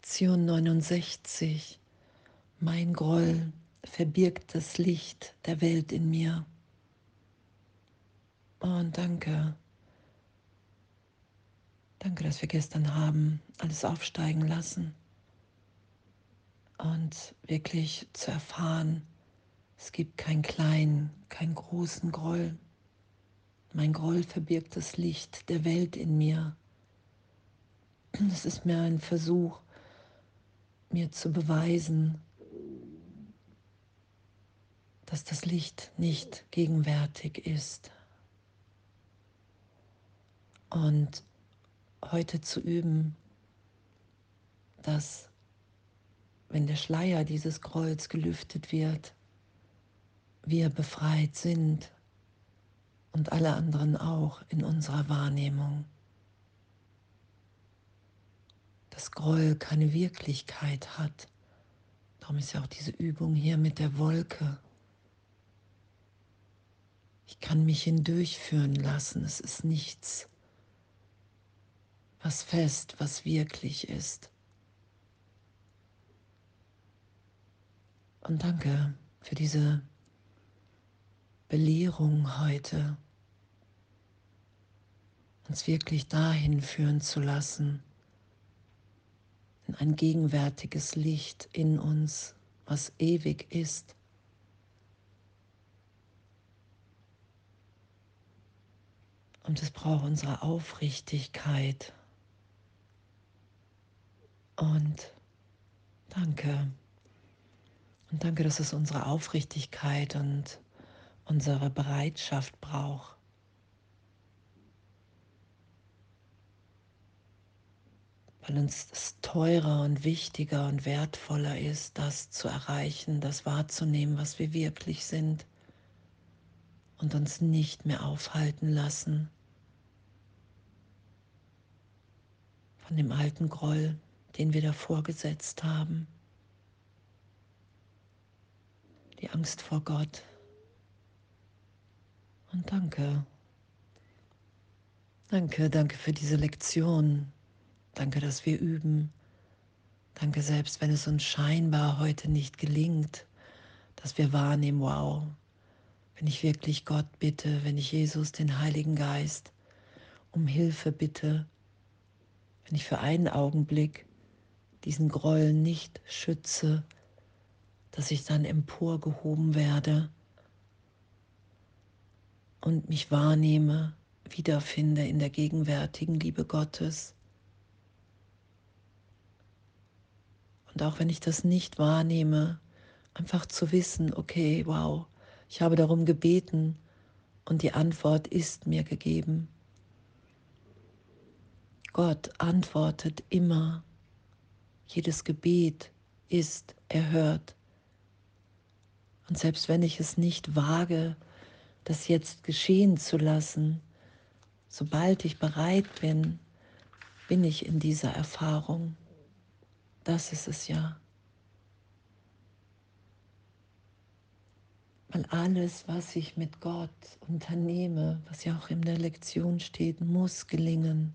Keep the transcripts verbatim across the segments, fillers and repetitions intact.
Lektion neunundsechzig. Mein Groll verbirgt das Licht der Welt in mir. Oh, und danke. Danke, dass wir gestern haben alles aufsteigen lassen und wirklich zu erfahren, es gibt keinen kleinen, keinen großen Groll. Mein Groll verbirgt das Licht der Welt in mir. Es ist mir ein Versuch, mir zu beweisen, dass das Licht nicht gegenwärtig ist. Und heute zu üben, dass, wenn der Schleier dieses Grolls gelüftet wird, wir befreit sind und alle anderen auch in unserer Wahrnehmung. Dass Groll keine Wirklichkeit hat. Darum ist ja auch diese Übung hier mit der Wolke. Ich kann mich hindurchführen lassen. Es ist nichts, was fest, was wirklich ist. Und danke für diese Belehrung heute, uns wirklich dahin führen zu lassen, in ein gegenwärtiges Licht in uns, was ewig ist. Und es braucht unsere Aufrichtigkeit. Und danke. Und danke, dass es unsere Aufrichtigkeit und unsere Bereitschaft braucht. Weil uns es teurer und wichtiger und wertvoller ist, das zu erreichen, das wahrzunehmen, was wir wirklich sind. Und uns nicht mehr aufhalten lassen von dem alten Groll, den wir davor gesetzt haben. Die Angst vor Gott. Und danke. Danke, danke für diese Lektion. Danke, dass wir üben. Danke, selbst wenn es uns scheinbar heute nicht gelingt, dass wir wahrnehmen, wow, wenn ich wirklich Gott bitte, wenn ich Jesus, den Heiligen Geist, um Hilfe bitte, wenn ich für einen Augenblick diesen Groll nicht schütze, dass ich dann emporgehoben werde und mich wahrnehme, wiederfinde in der gegenwärtigen Liebe Gottes. Und auch wenn ich das nicht wahrnehme, einfach zu wissen, okay, wow, ich habe darum gebeten und die Antwort ist mir gegeben. Gott antwortet immer. Jedes Gebet ist erhört. Und selbst wenn ich es nicht wage, das jetzt geschehen zu lassen, sobald ich bereit bin, bin ich in dieser Erfahrung. Das ist es ja. Weil alles, was ich mit Gott unternehme, was ja auch in der Lektion steht, muss gelingen.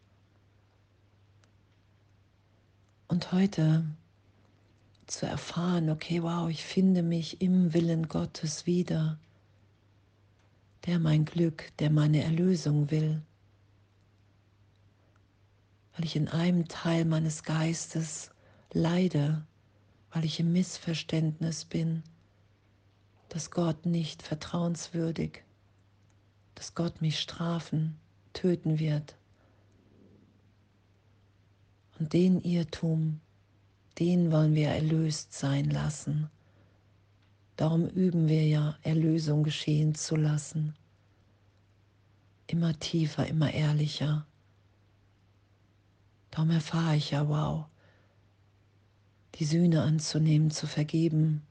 Und heute zu erfahren, okay, wow, ich finde mich im Willen Gottes wieder, der mein Glück, der meine Erlösung will. Weil ich in einem Teil meines Geistes leide, weil ich im Missverständnis bin, dass Gott nicht vertrauenswürdig, dass Gott mich strafen, töten wird. Und den Irrtum, den wollen wir erlöst sein lassen. Darum üben wir ja, Erlösung geschehen zu lassen. Immer tiefer, immer ehrlicher. Darum erfahre ich ja, wow, die Sühne anzunehmen, zu vergeben,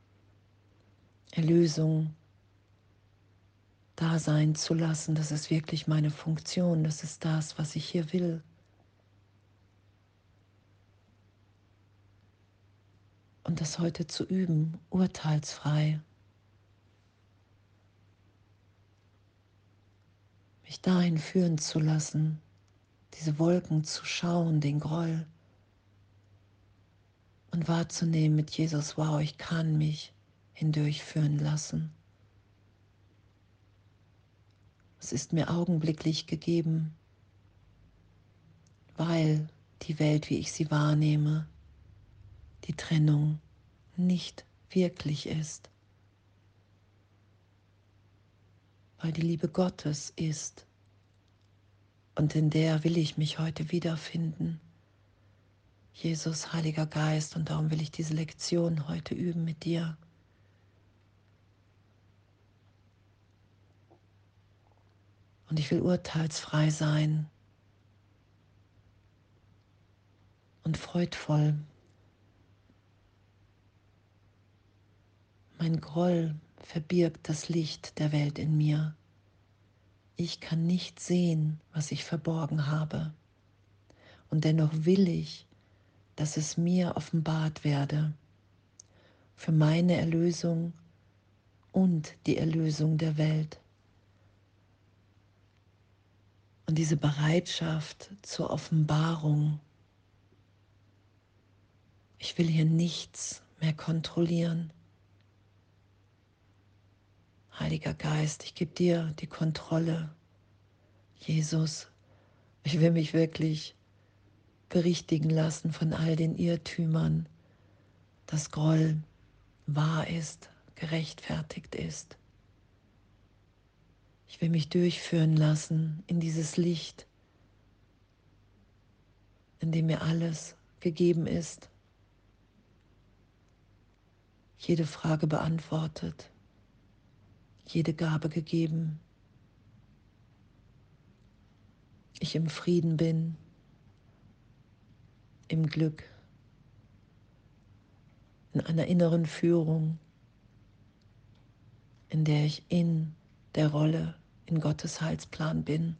Erlösung da sein zu lassen, das ist wirklich meine Funktion, das ist das, was ich hier will. Und das heute zu üben, urteilsfrei. Mich dahin führen zu lassen, diese Wolken zu schauen, den Groll, und wahrzunehmen mit Jesus, wow, ich kann mich hindurchführen lassen. Es ist mir augenblicklich gegeben, weil die Welt, wie ich sie wahrnehme, die Trennung nicht wirklich ist, weil die Liebe Gottes ist. Und in der will ich mich heute wiederfinden. Jesus, Heiliger Geist, und darum will ich diese Lektion heute üben mit dir. Und ich will urteilsfrei sein und freudvoll. Mein Groll verbirgt das Licht der Welt in mir. Ich kann nicht sehen, was ich verborgen habe. Und dennoch will ich, dass es mir offenbart werde, für meine Erlösung und die Erlösung der Welt. Und diese Bereitschaft zur Offenbarung, ich will hier nichts mehr kontrollieren. Heiliger Geist, ich gebe dir die Kontrolle. Jesus, ich will mich wirklich berichtigen lassen von all den Irrtümern, dass Groll wahr ist, gerechtfertigt ist. Ich will mich durchführen lassen in dieses Licht, in dem mir alles gegeben ist, jede Frage beantwortet, jede Gabe gegeben. Ich im Frieden bin, im Glück, in einer inneren Führung, in der ich in der Rolle in Gottes Heilsplan bin,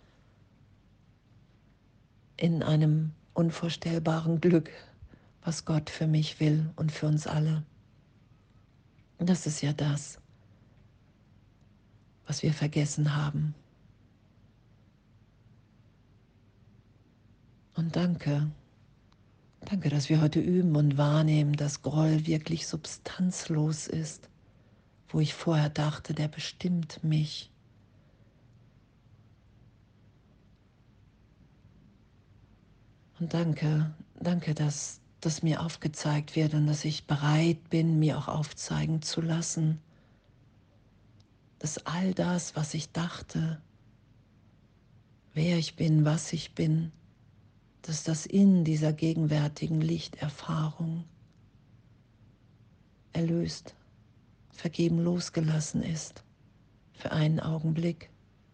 in einem unvorstellbaren Glück, was Gott für mich will und für uns alle. Und das ist ja das, was wir vergessen haben. Und danke, danke, dass wir heute üben und wahrnehmen, dass Groll wirklich substanzlos ist, wo ich vorher dachte, der bestimmt mich. Und danke, danke, dass das mir aufgezeigt wird und dass ich bereit bin, mir auch aufzeigen zu lassen, dass all das, was ich dachte, wer ich bin, was ich bin, dass das in dieser gegenwärtigen Lichterfahrung erlöst, vergeben, losgelassen ist für einen Augenblick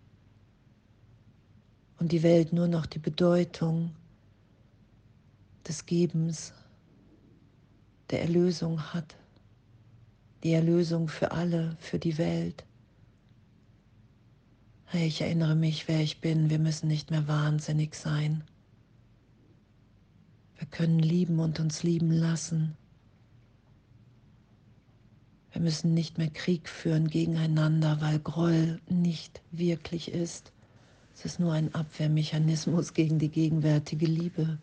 und die Welt nur noch die Bedeutung des Gebens, der Erlösung hat, die Erlösung für alle, für die Welt. Hey, ich erinnere mich, wer ich bin. Wir müssen nicht mehr wahnsinnig sein. Wir können lieben und uns lieben lassen. Wir müssen nicht mehr Krieg führen gegeneinander, weil Groll nicht wirklich ist. Es ist nur ein Abwehrmechanismus gegen die gegenwärtige Liebe,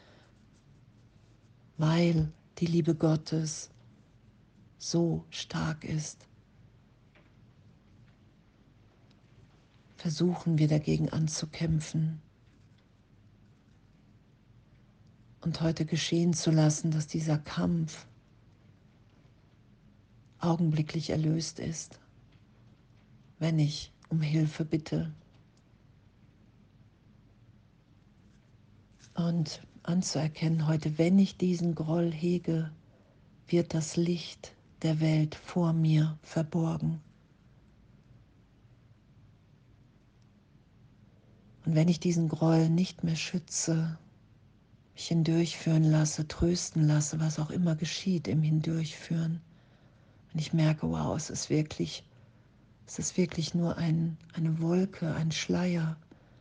weil die Liebe Gottes so stark ist. Versuchen wir dagegen anzukämpfen und heute geschehen zu lassen, dass dieser Kampf augenblicklich erlöst ist, wenn ich um Hilfe bitte. Und anzuerkennen heute, wenn ich diesen Groll hege, wird das Licht der Welt vor mir verborgen. Und wenn ich diesen Groll nicht mehr schütze, mich hindurchführen lasse, trösten lasse, was auch immer geschieht im Hindurchführen, und ich merke, wow, es ist wirklich, es ist wirklich nur ein, eine Wolke, ein Schleier,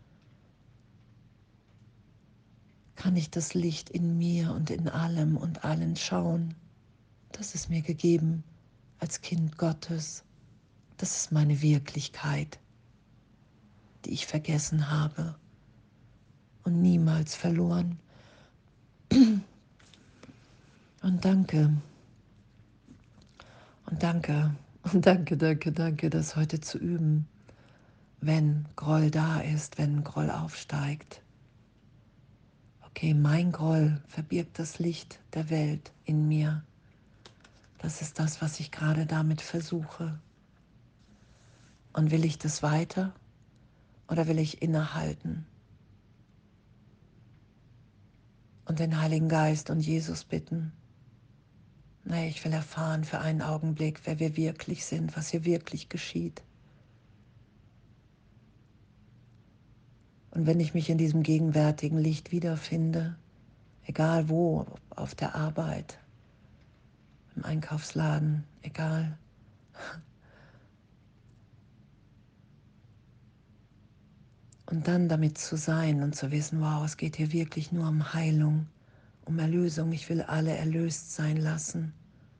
kann ich das Licht in mir und in allem und allen schauen. Das ist mir gegeben als Kind Gottes. Das ist meine Wirklichkeit, die ich vergessen habe und niemals verloren. Und danke, und danke, und danke, danke, danke, das heute zu üben, wenn Groll da ist, wenn Groll aufsteigt. Okay, mein Groll verbirgt das Licht der Welt in mir. Das ist das, was ich gerade damit versuche. Und will ich das weiter oder will ich innehalten und den Heiligen Geist und Jesus bitten? Nee, ich will erfahren für einen Augenblick, wer wir wirklich sind, was hier wirklich geschieht. Und wenn ich mich in diesem gegenwärtigen Licht wiederfinde, egal wo, auf der Arbeit, im Einkaufsladen, egal, und dann damit zu sein und zu wissen, wow, es geht hier wirklich nur um Heilung, um Erlösung. Ich will alle erlöst sein lassen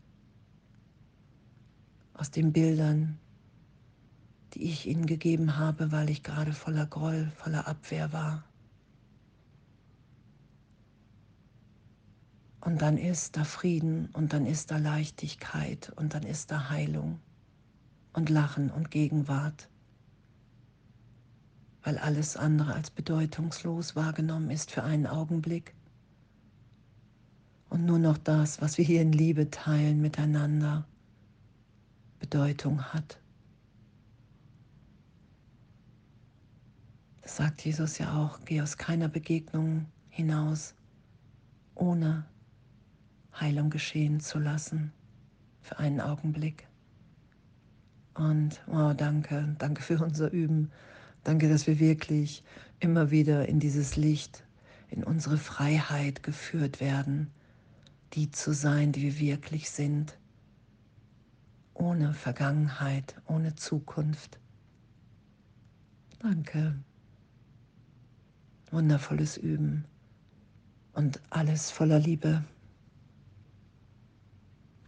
aus den Bildern, die ich ihnen gegeben habe, weil ich gerade voller Groll, voller Abwehr war. Und dann ist da Frieden und dann ist da Leichtigkeit und dann ist da Heilung und Lachen und Gegenwart, weil alles andere als bedeutungslos wahrgenommen ist für einen Augenblick. Und nur noch das, was wir hier in Liebe teilen miteinander, Bedeutung hat. Das sagt Jesus ja auch, geh aus keiner Begegnung hinaus, ohne Heilung geschehen zu lassen, für einen Augenblick. Und wow, danke, danke für unser Üben. Danke, dass wir wirklich immer wieder in dieses Licht, in unsere Freiheit geführt werden, die zu sein, die wir wirklich sind, ohne Vergangenheit, ohne Zukunft. Danke. Wundervolles Üben und alles voller Liebe.